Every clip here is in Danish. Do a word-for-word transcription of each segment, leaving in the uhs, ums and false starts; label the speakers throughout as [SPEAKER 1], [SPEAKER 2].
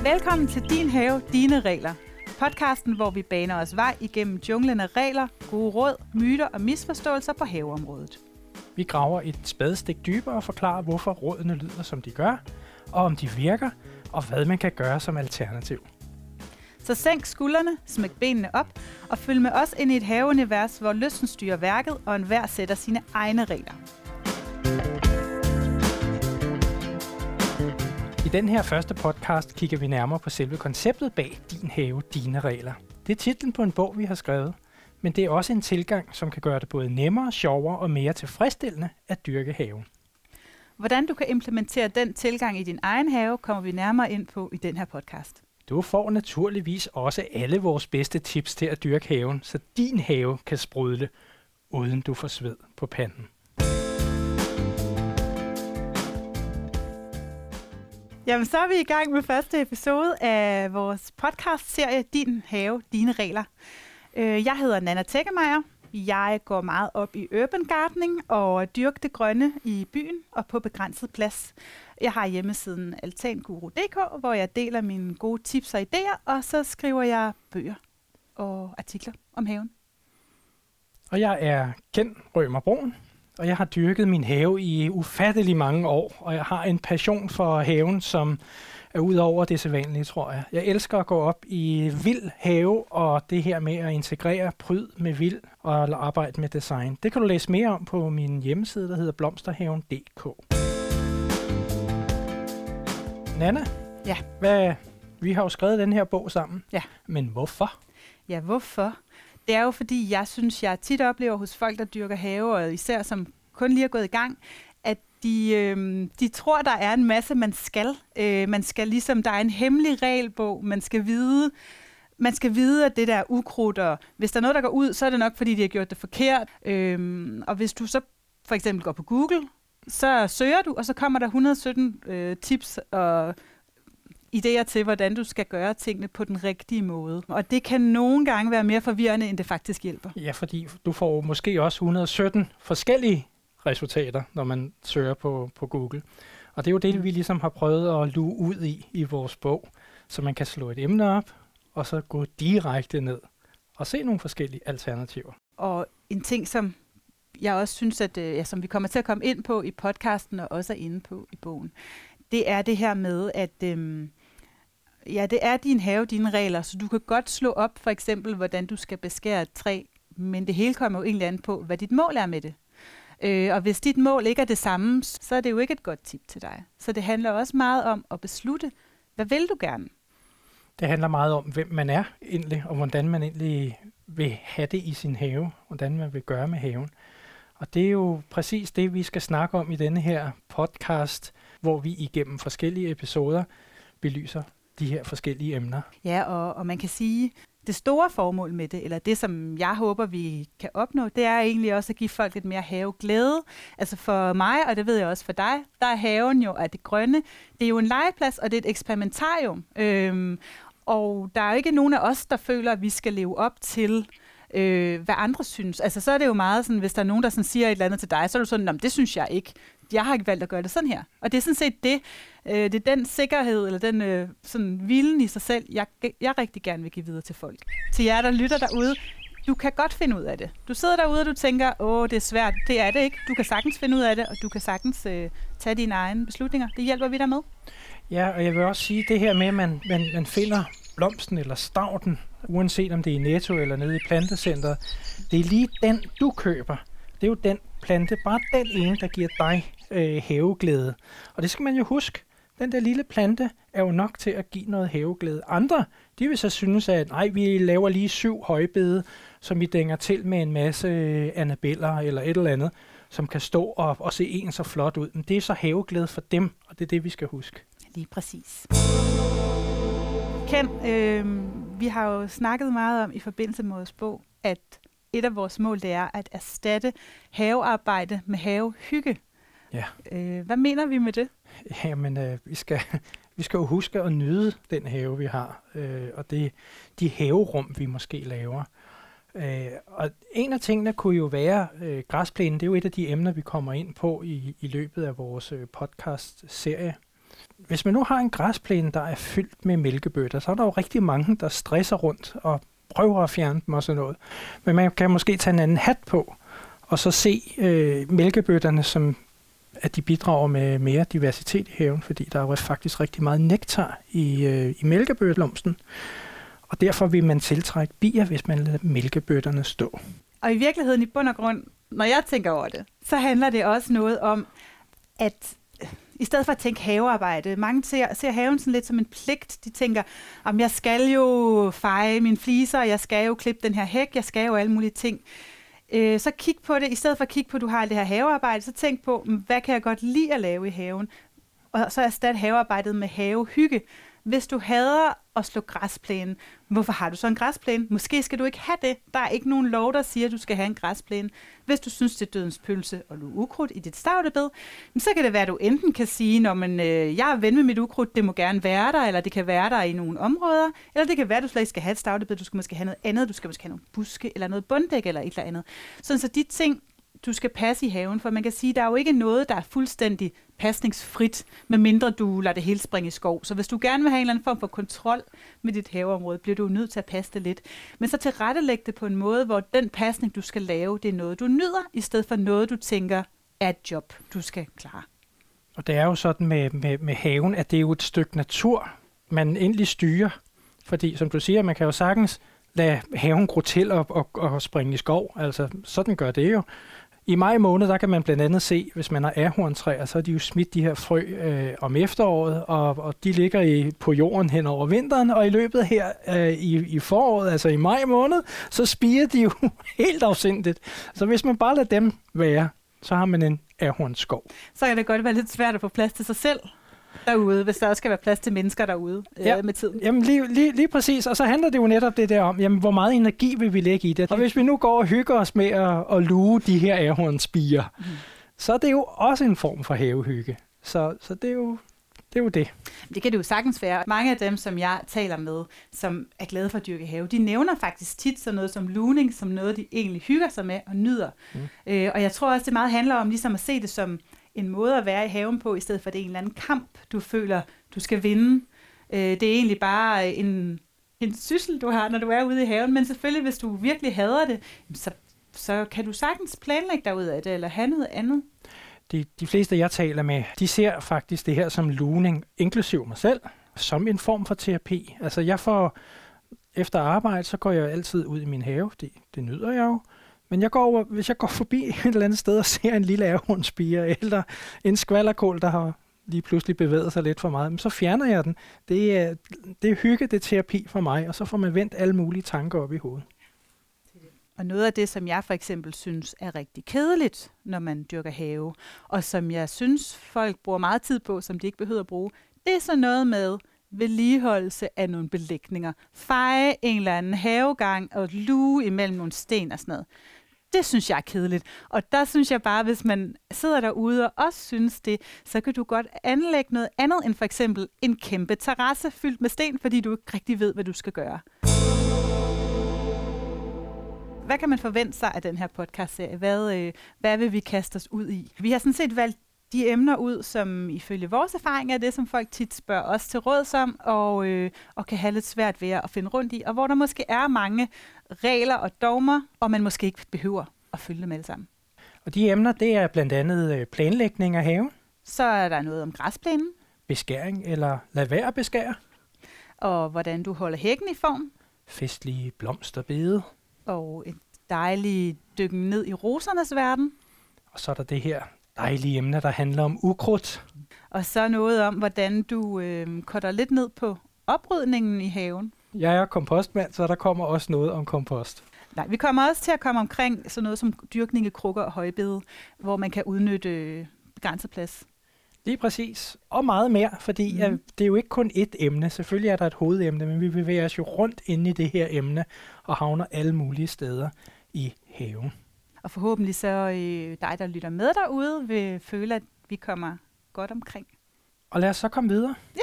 [SPEAKER 1] Velkommen til Din Have, Dine Regler. Podcasten, hvor vi baner os vej igennem junglen af regler, gode råd, myter og misforståelser på haveområdet.
[SPEAKER 2] Vi graver et spadestik dybere og forklarer, hvorfor rådene lyder, som de gør, og om de virker, og hvad man kan gøre som alternativ.
[SPEAKER 1] Så sænk skuldrene, smæk benene op, og følg med os ind i et haveunivers, hvor lysten styrer værket, og enhver sætter sine egne regler.
[SPEAKER 2] I den her første podcast kigger vi nærmere på selve konceptet bag Din Have, Dine Regler. Det er titlen på en bog, vi har skrevet, men det er også en tilgang, som kan gøre det både nemmere, sjovere og mere tilfredsstillende at dyrke haven.
[SPEAKER 1] Hvordan du kan implementere den tilgang i din egen have, kommer vi nærmere ind på i den her podcast.
[SPEAKER 2] Du får naturligvis også alle vores bedste tips til at dyrke haven, så din have kan sprudle, uden du får sved på panden.
[SPEAKER 1] Jamen, så er vi i gang med første episode af vores podcast-serie Din Have, Dine Regler. Jeg hedder Nanna Teggemeier. Jeg går meget op i urban gardening og dyrker det grønne i byen og på begrænset plads. Jeg har hjemmesiden altanguru punktum d k, hvor jeg deler mine gode tips og idéer, og så skriver jeg bøger og artikler om haven.
[SPEAKER 2] Og jeg er Ken Rømer Brun, og jeg har dyrket min have i ufattelig mange år, og jeg har en passion for haven, som er ud over det sædvanlige, tror jeg. Jeg elsker at gå op i vild have, og det her med at integrere pryd med vild og arbejde med design. Det kan du læse mere om på min hjemmeside, der hedder blomsterhaven punktum d k. Nanna,
[SPEAKER 1] ja.
[SPEAKER 2] Hvad, vi har jo skrevet den her bog sammen,
[SPEAKER 1] ja.
[SPEAKER 2] Men hvorfor?
[SPEAKER 1] Ja, hvorfor? Det er jo fordi, jeg synes, jeg tit oplever hos folk, der dyrker have, og især som kun lige er gået i gang, at de, øh, de tror, der er en masse, man skal. Øh, man skal ligesom, der er en hemmelig regelbog, man skal vide. Man skal vide, at det der er ukrudt, og hvis der er noget, der går ud, så er det nok, fordi de har gjort det forkert. Øh, og hvis du så for eksempel går på Google, så søger du, og så kommer der et hundrede og sytten øh, tips og idéer til, hvordan du skal gøre tingene på den rigtige måde. Og det kan nogle gange være mere forvirrende, end det faktisk hjælper.
[SPEAKER 2] Ja, fordi du får måske også et hundrede og sytten forskellige resultater, når man søger på, på Google. Og det er jo det, vi ligesom har prøvet at luge ud i i vores bog, så man kan slå et emne op, og så gå direkte ned og se nogle forskellige alternativer.
[SPEAKER 1] Og en ting, som jeg også synes, at ja, som vi kommer til at komme ind på i podcasten, og også er inde på i bogen, det er det her med, at øhm, ja, det er din have, dine regler, så du kan godt slå op for eksempel, hvordan du skal beskære et træ, men det hele kommer jo egentlig an på, hvad dit mål er med det. Øh, og hvis dit mål ikke er det samme, så er det jo ikke et godt tip til dig. Så det handler også meget om at beslutte, hvad vil du gerne?
[SPEAKER 2] Det handler meget om, hvem man er egentlig, og hvordan man egentlig vil have det i sin have, hvordan man vil gøre med haven. Og det er jo præcis det, vi skal snakke om i denne her podcast, hvor vi igennem forskellige episoder belyser de her forskellige emner.
[SPEAKER 1] Ja, og, og man kan sige, det store formål med det, eller det, som jeg håber, vi kan opnå, det er egentlig også at give folk lidt mere haveglæde. Altså for mig, og det ved jeg også for dig, der er haven jo af det grønne. Det er jo en legeplads, og det er et eksperimentarium. Øhm, og der er jo ikke nogen af os, der føler, at vi skal leve op til Øh, hvad andre synes. Altså, så er det jo meget sådan, hvis der er nogen, der sådan siger et eller andet til dig, så er du sådan, det synes jeg ikke. Jeg har ikke valgt at gøre det sådan her. Og det er sådan set det, øh, det er den sikkerhed, eller den øh, sådan hvilen i sig selv, jeg, jeg rigtig gerne vil give videre til folk. Til jer, der lytter derude, du kan godt finde ud af det. Du sidder derude, og du tænker, åh, det er svært. Det er det ikke. Du kan sagtens finde ud af det, og du kan sagtens øh, tage dine egne beslutninger. Det hjælper vi dig med.
[SPEAKER 2] Ja, og jeg vil også sige det her med, at man, man, man finder blomsten eller stavten, uanset om det er i Netto eller nede i plantecenteret. Det er lige den, du køber. Det er jo den plante, bare den ene, der giver dig øh, haveglæde. Og det skal man jo huske. Den der lille plante er jo nok til at give noget haveglæde. Andre, de vil så synes, at nej, vi laver lige syv højbede, som vi dænger til med en masse øh, annabeller eller et eller andet, som kan stå og, og se en så flot ud. Men det er så haveglæde for dem, og det er det, vi skal huske.
[SPEAKER 1] Lige præcis. Ken, øh, vi har jo snakket meget om i forbindelse med vores bog, at et af vores mål, det er at erstatte havearbejde med havehygge.
[SPEAKER 2] Ja.
[SPEAKER 1] Øh, hvad mener vi med det?
[SPEAKER 2] Jamen, øh, vi, skal, vi skal jo huske at nyde den have, vi har, øh, og det, de haverum, vi måske laver. Øh, og en af tingene kunne jo være øh, græsplænen. Det er jo et af de emner, vi kommer ind på i, i løbet af vores øh, podcast-serie. Hvis man nu har en græsplæne, der er fyldt med mælkebøtter, så er der jo rigtig mange, der stresser rundt og prøver at fjerne dem og sådan noget. Men man kan måske tage en anden hat på, og så se øh, mælkebøtterne, som at de bidrager med mere diversitet i haven, fordi der er faktisk rigtig meget nektar i, øh, i mælkebøttelomsten. Og derfor vil man tiltrække bier, hvis man lader mælkebøtterne stå.
[SPEAKER 1] Og i virkeligheden, i bund og grund, når jeg tænker over det, så handler det også noget om, at i stedet for at tænke havearbejde, mange ser, ser haven sådan lidt som en pligt. De tænker, om jeg skal jo feje mine fliser, jeg skal jo klippe den her hæk, jeg skal jo alle mulige ting. Øh, så kig på det, i stedet for at kigge på, at du har det her havearbejde, så tænk på, hvad kan jeg godt lide at lave i haven? Og så erstat havearbejdet med havehygge. Hvis du hader at slå græsplænen, hvorfor har du så en græsplæne? Måske skal du ikke have det. Der er ikke nogen lov, der siger, at du skal have en græsplæne. Hvis du synes, det er dødens pølse og luge ukrudt i dit stavlebed, så kan det være, at du enten kan sige, når man, øh, jeg er ven med mit ukrudt, det må gerne være der, eller det kan være der i nogle områder, eller det kan være, at du slet ikke skal have et stavlebed, du skal måske have noget andet, du skal måske have nogle buske, eller noget bunddæk, eller et eller andet. Sådan så de ting, du skal passe i haven, for man kan sige, at der er jo ikke noget, der er fuldstændig pasningsfrit, medmindre du lader det hele springe i skov. Så hvis du gerne vil have en eller anden form for kontrol med dit haveområde, bliver du nødt til at passe det lidt. Men så tilrettelæg det på en måde, hvor den pasning, du skal lave, det er noget, du nyder, i stedet for noget, du tænker er et job, du skal klare.
[SPEAKER 2] Og det er jo sådan med, med, med haven, at det er jo et stykke natur, man endelig styrer. Fordi, som du siger, man kan jo sagtens lade haven gro til og, og, og springe i skov. Altså, sådan gør det jo. I maj måned, der kan man blandt andet se, hvis man har ahorntræer, så er de jo smidt de her frø øh, om efteråret, og, og de ligger i, på jorden hen over vinteren, og i løbet her øh, i, i foråret, altså i maj måned, så spirer de jo helt afsindigt. Så hvis man bare lader dem være, så har man en ahornskov.
[SPEAKER 1] Så kan det godt være lidt svært at få plads til sig selv derude, hvis der også skal være plads til mennesker derude øh,
[SPEAKER 2] ja,
[SPEAKER 1] med tiden.
[SPEAKER 2] Jamen lige, lige, lige præcis, og så handler det jo netop det der om, jamen, hvor meget energi vil vi lægge i det. Og hvis vi nu går og hygger os med at, at luge de her ahornspirer, mm. så er det jo også en form for havehygge. Så, så det er jo det. Er jo det.
[SPEAKER 1] Det kan det jo sagtens være. Mange af dem, som jeg taler med, som er glade for at dyrke have, de nævner faktisk tit sådan noget som lugning, som noget, de egentlig hygger sig med og nyder. Mm. Øh, og jeg tror også, det meget handler om ligesom at se det som en måde at være i haven på, i stedet for det er en eller anden kamp, du føler, du skal vinde. Øh, det er egentlig bare en, en syssel, du har, når du er ude i haven. Men selvfølgelig, hvis du virkelig hader det, så, så kan du sagtens planlægge dig ud af det, eller have noget andet.
[SPEAKER 2] De, de fleste, jeg taler med, de ser faktisk det her som lugning, inklusiv mig selv, som en form for terapi. Altså jeg får, efter arbejde, så går jeg altid ud i min have. Det, det nyder jeg jo. Men jeg går over, hvis jeg går forbi et eller andet sted og ser en lille ahornspire eller en skvallerkål, der har lige pludselig bevæget sig lidt for meget, så fjerner jeg den. Det er, det er hygge, det er terapi for mig, og så får man vendt alle mulige tanker op i hovedet.
[SPEAKER 1] Og noget af det, som jeg for eksempel synes er rigtig kedeligt, når man dyrker have, og som jeg synes, folk bruger meget tid på, som de ikke behøver at bruge, det er så noget med vedligeholdelse af nogle belægninger. Feje en eller anden havegang og luge imellem nogle sten og sådan noget. Det synes jeg er kedeligt. Og der synes jeg bare, hvis man sidder derude og også synes det, så kan du godt anlægge noget andet end for eksempel en kæmpe terrasse fyldt med sten, fordi du ikke rigtig ved, hvad du skal gøre. Hvad kan man forvente sig af den her podcast-serie? Hvad, øh, hvad vil vi kaste os ud i? Vi har sådan set valgt de emner ud, som ifølge vores erfaring er det, som folk tit spørger os til råds om, og, øh, og kan have lidt svært ved at finde rundt i, og hvor der måske er mange regler og dogmer, og man måske ikke behøver at følge dem alle sammen.
[SPEAKER 2] Og de emner, det er blandt andet planlægning af haven.
[SPEAKER 1] Så er der noget om græsplænen.
[SPEAKER 2] Beskæring eller lad være beskære.
[SPEAKER 1] Og hvordan du holder hækken i form.
[SPEAKER 2] Festlige blomsterbede.
[SPEAKER 1] Og et dejligt dykken ned i rosernes verden.
[SPEAKER 2] Og så er der det her dejlige emne, der handler om ukrudt.
[SPEAKER 1] Og så noget om, hvordan du øh, cutter lidt ned på oprydningen i haven.
[SPEAKER 2] Jeg er kompostmand, så der kommer også noget om kompost.
[SPEAKER 1] Nej, vi kommer også til at komme omkring sådan noget som dyrkning i krukker og højbede, hvor man kan udnytte øh, begrænset plads.
[SPEAKER 2] Lige præcis. Og meget mere, fordi mm. ja, det er jo ikke kun ét emne. Selvfølgelig er der et hovedemne, men vi bevæger os jo rundt inde i det her emne og havner alle mulige steder i haven. Og
[SPEAKER 1] forhåbentlig så øh, dig, der lytter med derude, vil føle, at vi kommer godt omkring.
[SPEAKER 2] Og lad os så komme videre.
[SPEAKER 1] Ja.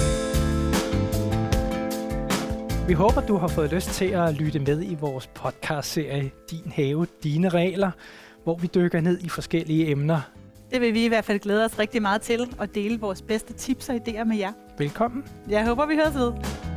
[SPEAKER 2] Vi håber, du har fået lyst til at lytte med i vores podcast-serie Din Have, Dine Regler, hvor vi dykker ned i forskellige emner.
[SPEAKER 1] Det vil vi i hvert fald glæde os rigtig meget til, at dele vores bedste tips og idéer med jer.
[SPEAKER 2] Velkommen.
[SPEAKER 1] Jeg håber, vi høres ved.